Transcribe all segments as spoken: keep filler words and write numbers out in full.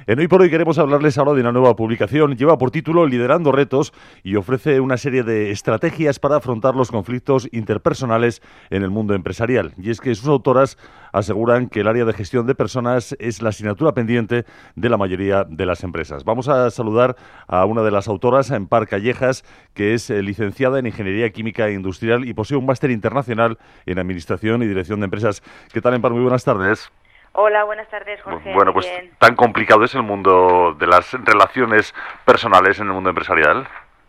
En Hoy por Hoy queremos hablarles ahora de una nueva publicación. Lleva por título Liderando retos y ofrece una serie de estrategias para afrontar los conflictos interpersonales en el mundo empresarial. Y es que sus autoras aseguran que el área de gestión de personas es la asignatura pendiente de la mayoría de las empresas. Vamos a saludar a una de las autoras, Empar Callejas, que es licenciada en Ingeniería Química e Industrial y posee un máster internacional en Administración y Dirección de Empresas. ¿Qué tal, Empar? Muy buenas tardes. Hola, buenas tardes, Jorge. Bueno, pues bien. Tan complicado es el mundo de las relaciones personales en el mundo empresarial.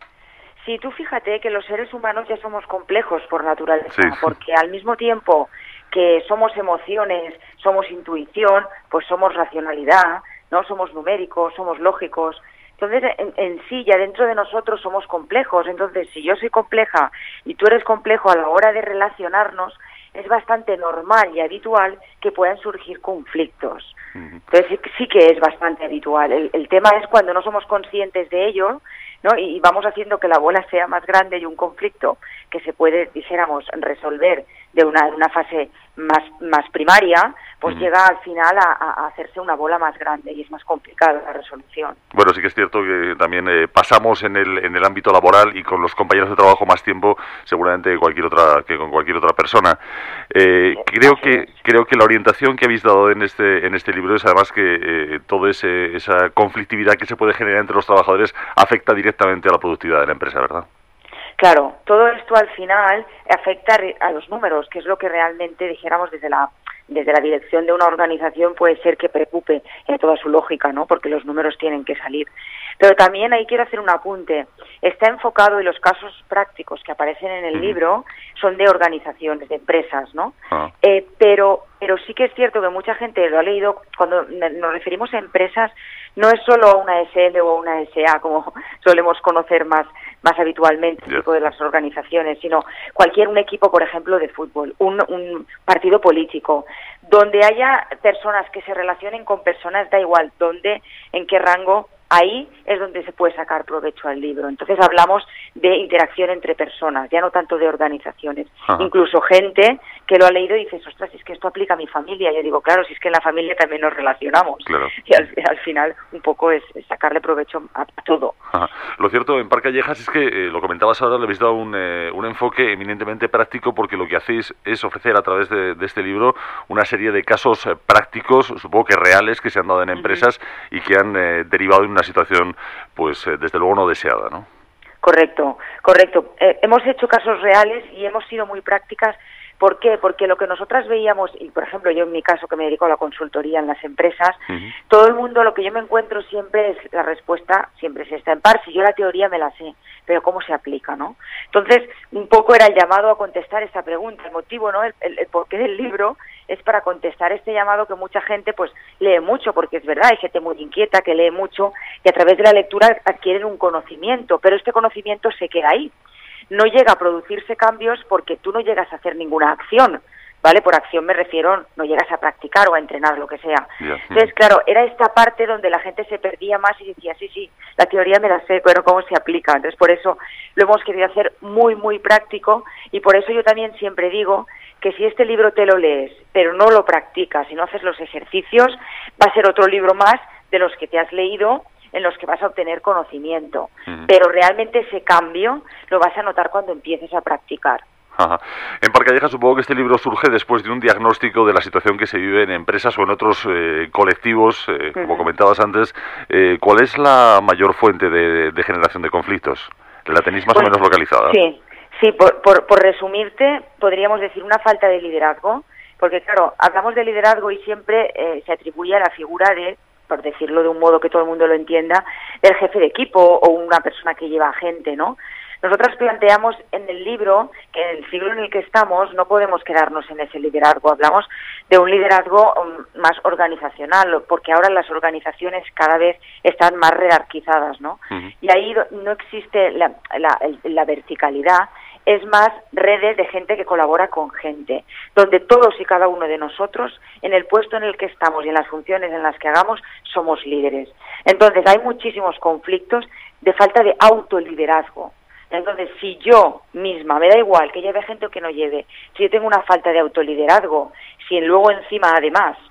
Sí, tú fíjate que los seres humanos ya somos complejos por naturaleza, sí. porque al mismo tiempo que somos emociones, somos intuición, pues somos racionalidad, no somos numéricos, somos lógicos. Entonces, en, en sí, ya dentro de nosotros somos complejos. Entonces, si yo soy compleja y tú eres complejo a la hora de relacionarnos, es bastante normal y habitual que puedan surgir conflictos. Uh-huh. Entonces sí, sí que es bastante habitual. El, el tema es cuando no somos conscientes de ello, ¿no? Y, y vamos haciendo que la bola sea más grande y un conflicto que se puede, dijéramos, resolver de una, una fase más, más primaria, pues uh-huh. llega al final a, a hacerse una bola más grande y es más complicada la resolución. Bueno, sí que es cierto que también eh, pasamos en el, en el ámbito laboral y con los compañeros de trabajo más tiempo seguramente que cualquier otra que con cualquier otra persona. Eh, creo que creo que la orientación que habéis dado en este en este libro es además que eh, toda esa conflictividad que se puede generar entre los trabajadores afecta directamente a la productividad de la empresa, ¿verdad? Claro, todo esto al final afecta a los números, que es lo que realmente, dijéramos, desde la desde la dirección de una organización puede ser que preocupe en toda su lógica, ¿no? Porque los números tienen que salir. Pero también ahí quiero hacer un apunte. Está enfocado y los casos prácticos que aparecen en el libro son de organizaciones, de empresas, ¿no? Ah. Eh, pero, pero sí que es cierto que mucha gente lo ha leído. Cuando nos referimos a empresas, no es solo una S L o una S A, como solemos conocer más, más habitualmente, el tipo de las organizaciones, sino cualquier, un equipo, por ejemplo, de fútbol, un, un partido político, donde haya personas que se relacionen con personas, da igual dónde, en qué rango, ahí es donde se puede sacar provecho al libro. Entonces hablamos de interacción entre personas, ya no tanto de organizaciones. Ajá. Incluso gente que lo ha leído y dice, ostras, es que esto aplica a mi familia. Yo digo, claro, si es que en la familia también nos relacionamos. Claro. Y al, al final un poco es, es sacarle provecho a, a todo. Ajá. Lo cierto, Empar Callejas, es que, eh, lo comentabas ahora, le habéis dado un, eh, un enfoque eminentemente práctico, porque lo que hacéis es ofrecer a través de, de este libro una serie de casos eh, prácticos, supongo que reales, que se han dado en empresas uh-huh. y que han eh, derivado en una situación, pues, eh, desde luego no deseada, ¿no? Correcto, correcto. Eh, hemos hecho casos reales y hemos sido muy prácticas. ¿Por qué? Porque lo que nosotras veíamos, y por ejemplo yo en mi caso que me dedico a la consultoría en las empresas, uh-huh. todo el mundo, lo que yo me encuentro siempre es la respuesta, siempre es esta. En par, si yo la teoría me la sé, pero ¿cómo se aplica, no? Entonces, un poco era el llamado a contestar esta pregunta. El motivo, ¿no? El, el, el porqué del libro es para contestar este llamado que mucha gente pues lee mucho, porque es verdad, hay gente muy inquieta que lee mucho y a través de la lectura adquieren un conocimiento, pero este conocimiento se queda ahí. No llega a producirse cambios porque tú no llegas a hacer ninguna acción, ¿vale? Por acción me refiero, no llegas a practicar o a entrenar, lo que sea. Yeah. Entonces, claro, era esta parte donde la gente se perdía más y decía, sí, sí, la teoría me la sé, pero ¿cómo se aplica? Entonces, por eso lo hemos querido hacer muy, muy práctico y por eso yo también siempre digo que si este libro te lo lees, pero no lo practicas y no haces los ejercicios, va a ser otro libro más de los que te has leído en los que vas a obtener conocimiento. Uh-huh. Pero realmente ese cambio lo vas a notar cuando empieces a practicar. Ajá. Empar Callejas, supongo que este libro surge después de un diagnóstico de la situación que se vive en empresas o en otros eh, colectivos, eh, uh-huh. como comentabas antes. Eh, ¿Cuál es la mayor fuente de, de generación de conflictos? ¿La tenéis más pues, o menos localizada? Sí, sí por, por, por resumirte, podríamos decir una falta de liderazgo, porque claro, hablamos de liderazgo y siempre eh, se atribuye a la figura de, por decirlo de un modo que todo el mundo lo entienda, del jefe de equipo o una persona que lleva gente, ¿no? Nosotras planteamos en el libro que en el siglo en el que estamos no podemos quedarnos en ese liderazgo. Hablamos de un liderazgo um, más organizacional, porque ahora las organizaciones cada vez están más jerarquizadas, ¿no? Uh-huh. Y ahí no existe la, la, la verticalidad, es más redes de gente que colabora con gente, donde todos y cada uno de nosotros, en el puesto en el que estamos y en las funciones en las que hagamos, somos líderes. Entonces hay muchísimos conflictos de falta de autoliderazgo. Entonces, si yo misma, me da igual que lleve gente o que no lleve, si yo tengo una falta de autoliderazgo, si luego encima, además,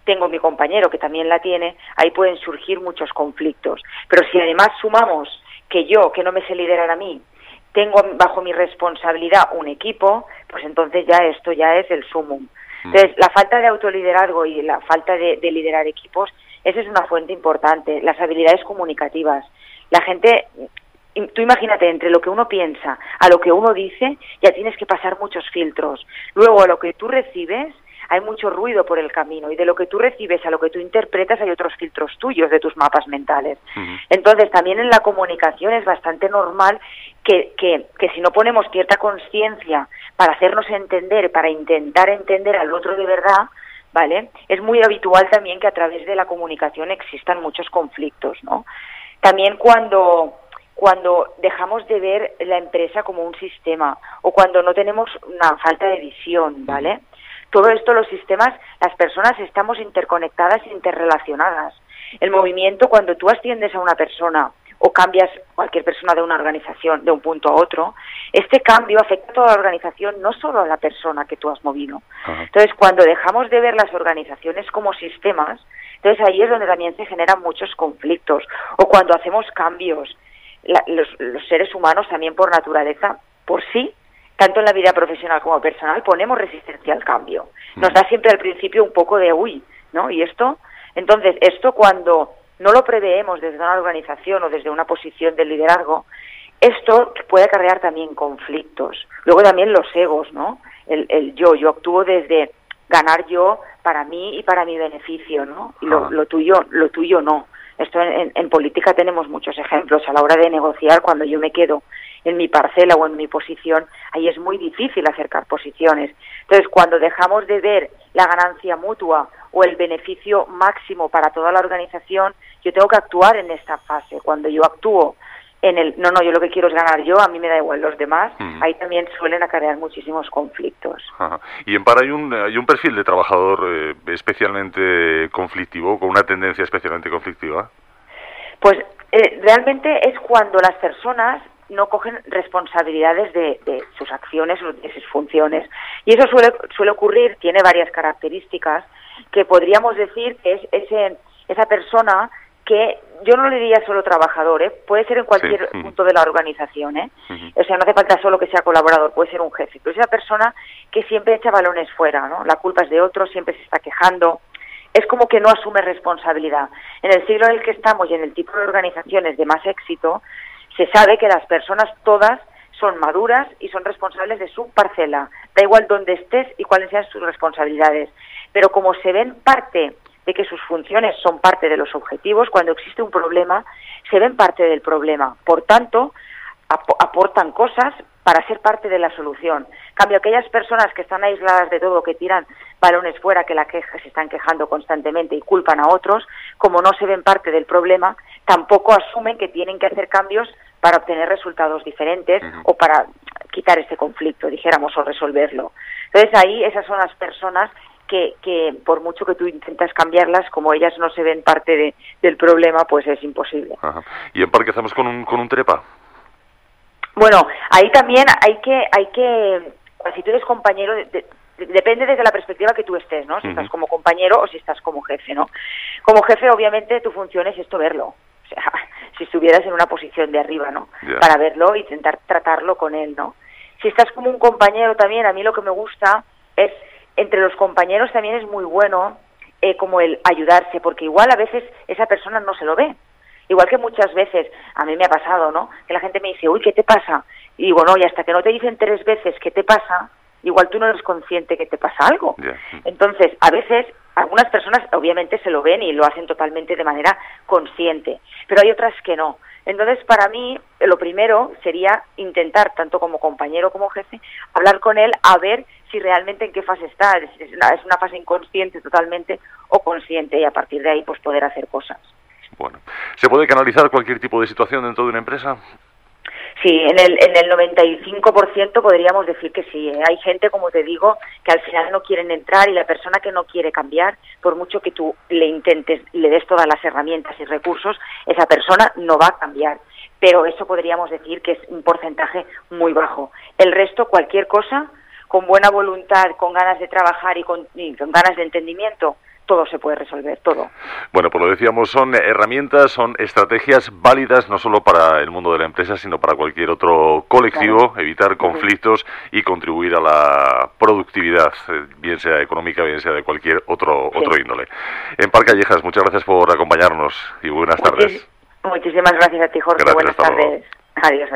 tengo mi compañero que también la tiene, ahí pueden surgir muchos conflictos. Pero si además sumamos que yo, que no me sé liderar a mí, tengo bajo mi responsabilidad un equipo, pues entonces ya esto ya es el sumum. Entonces, la falta de autoliderazgo y la falta de, de liderar equipos, esa es una fuente importante. Las habilidades comunicativas. La gente, tú imagínate, entre lo que uno piensa a lo que uno dice, ya tienes que pasar muchos filtros. Luego, a lo que tú recibes, hay mucho ruido por el camino, y de lo que tú recibes a lo que tú interpretas hay otros filtros tuyos de tus mapas mentales. Uh-huh. Entonces, también en la comunicación es bastante normal que, que, que si no ponemos cierta conciencia para hacernos entender, para intentar entender al otro de verdad, ¿vale? Es muy habitual también que a través de la comunicación existan muchos conflictos, ¿no? También cuando... cuando dejamos de ver la empresa como un sistema, o cuando no tenemos una falta de visión, ¿vale? Todo esto, los sistemas, las personas estamos interconectadas e interrelacionadas. El movimiento, cuando tú asciendes a una persona o cambias cualquier persona de una organización de un punto a otro, este cambio afecta a toda la organización, no solo a la persona que tú has movido. Ajá. Entonces, cuando dejamos de ver las organizaciones como sistemas, entonces ahí es donde también se generan muchos conflictos. O cuando hacemos cambios, la, los, los seres humanos también por naturaleza, por sí, tanto en la vida profesional como personal, ponemos resistencia al cambio. Nos da siempre al principio un poco de uy, ¿no? Y esto, entonces, esto cuando no lo preveemos desde una organización o desde una posición de liderazgo, esto puede acarrear también conflictos. Luego también los egos, ¿no? El, el yo, yo actúo desde ganar yo para mí y para mi beneficio, ¿no? Y lo, lo tuyo, lo tuyo no. Esto en, en política tenemos muchos ejemplos. A la hora de negociar, cuando yo me quedo en mi parcela o en mi posición, ahí es muy difícil acercar posiciones. Entonces, cuando dejamos de ver la ganancia mutua o el beneficio máximo para toda la organización, yo tengo que actuar en esta fase. Cuando yo actúo en el, no, no, yo lo que quiero es ganar yo, a mí me da igual los demás, uh-huh. ahí también suelen acarrear muchísimos conflictos. Ajá. Y en Par hay un, hay un perfil de trabajador eh, especialmente conflictivo, con una tendencia especialmente conflictiva. Pues eh, realmente es cuando las personas no cogen responsabilidades de, de sus acciones o de sus funciones. Y eso suele, suele ocurrir, tiene varias características, que podríamos decir que es ese, esa persona que, yo no le diría solo trabajador, ¿eh? Puede ser en cualquier sí. punto de la organización, ¿eh? Uh-huh. O sea, no hace falta solo que sea colaborador, puede ser un jefe, pero es esa persona que siempre echa balones fuera, ¿no? La culpa es de otros, siempre se está quejando, es como que no asume responsabilidad. En el siglo en el que estamos y en el tipo de organizaciones de más éxito, se sabe que las personas todas son maduras y son responsables de su parcela. Da igual dónde estés y cuáles sean sus responsabilidades. Pero como se ven parte de que sus funciones son parte de los objetivos, cuando existe un problema, se ven parte del problema. Por tanto, ap- aportan cosas para ser parte de la solución. En cambio, aquellas personas que están aisladas de todo, que tiran balones fuera, que la queja, se están quejando constantemente y culpan a otros, como no se ven parte del problema, tampoco asumen que tienen que hacer cambios para obtener resultados diferentes uh-huh. o para quitar este conflicto, dijéramos, o resolverlo. Entonces ahí esas son las personas que, que por mucho que tú intentas cambiarlas, como ellas no se ven parte de, del problema, pues es imposible. Ajá. ¿Y en Par qué hacemos con un, con un trepa? Bueno, ahí también hay que, hay que, si tú eres compañero, de, de, depende desde la perspectiva que tú estés, ¿no? Si uh-huh. estás como compañero o si estás como jefe, ¿no? Como jefe, obviamente, tu función es esto, verlo. O sea, si estuvieras en una posición de arriba, ¿no? Yeah. Para verlo e intentar tratarlo con él, ¿no? Si estás como un compañero también, a mí lo que me gusta es, entre los compañeros también es muy bueno eh, como el ayudarse, porque igual a veces esa persona no se lo ve. Igual que muchas veces, a mí me ha pasado, ¿no? Que la gente me dice, uy, ¿qué te pasa? Y digo, no, y hasta que no te dicen tres veces qué te pasa, igual tú no eres consciente que te pasa algo. Yeah. Entonces, a veces, algunas personas obviamente se lo ven y lo hacen totalmente de manera consciente, pero hay otras que no. Entonces, para mí, lo primero sería intentar, tanto como compañero como jefe, hablar con él a ver si realmente en qué fase está, es una, es una fase inconsciente totalmente o consciente, y a partir de ahí pues poder hacer cosas. Bueno, ¿se puede canalizar cualquier tipo de situación dentro de una empresa? Sí, en el, en el noventa y cinco por ciento podríamos decir que sí, ¿eh? Hay gente, como te digo, que al final no quieren entrar, y la persona que no quiere cambiar, por mucho que tú le intentes, le des todas las herramientas y recursos, esa persona no va a cambiar. Pero eso podríamos decir que es un porcentaje muy bajo. El resto, cualquier cosa, con buena voluntad, con ganas de trabajar y con, y con ganas de entendimiento, todo se puede resolver, todo. Bueno, pues lo decíamos, son herramientas, son estrategias válidas no solo para el mundo de la empresa, sino para cualquier otro colectivo, claro. Evitar conflictos uh-huh. y contribuir a la productividad, bien sea económica, bien sea de cualquier otro sí. otro índole. Empar Callejas, muchas gracias por acompañarnos y buenas Muchis- tardes. Muchísimas gracias a ti, Jorge. Gracias, buenas tardes. Adiós.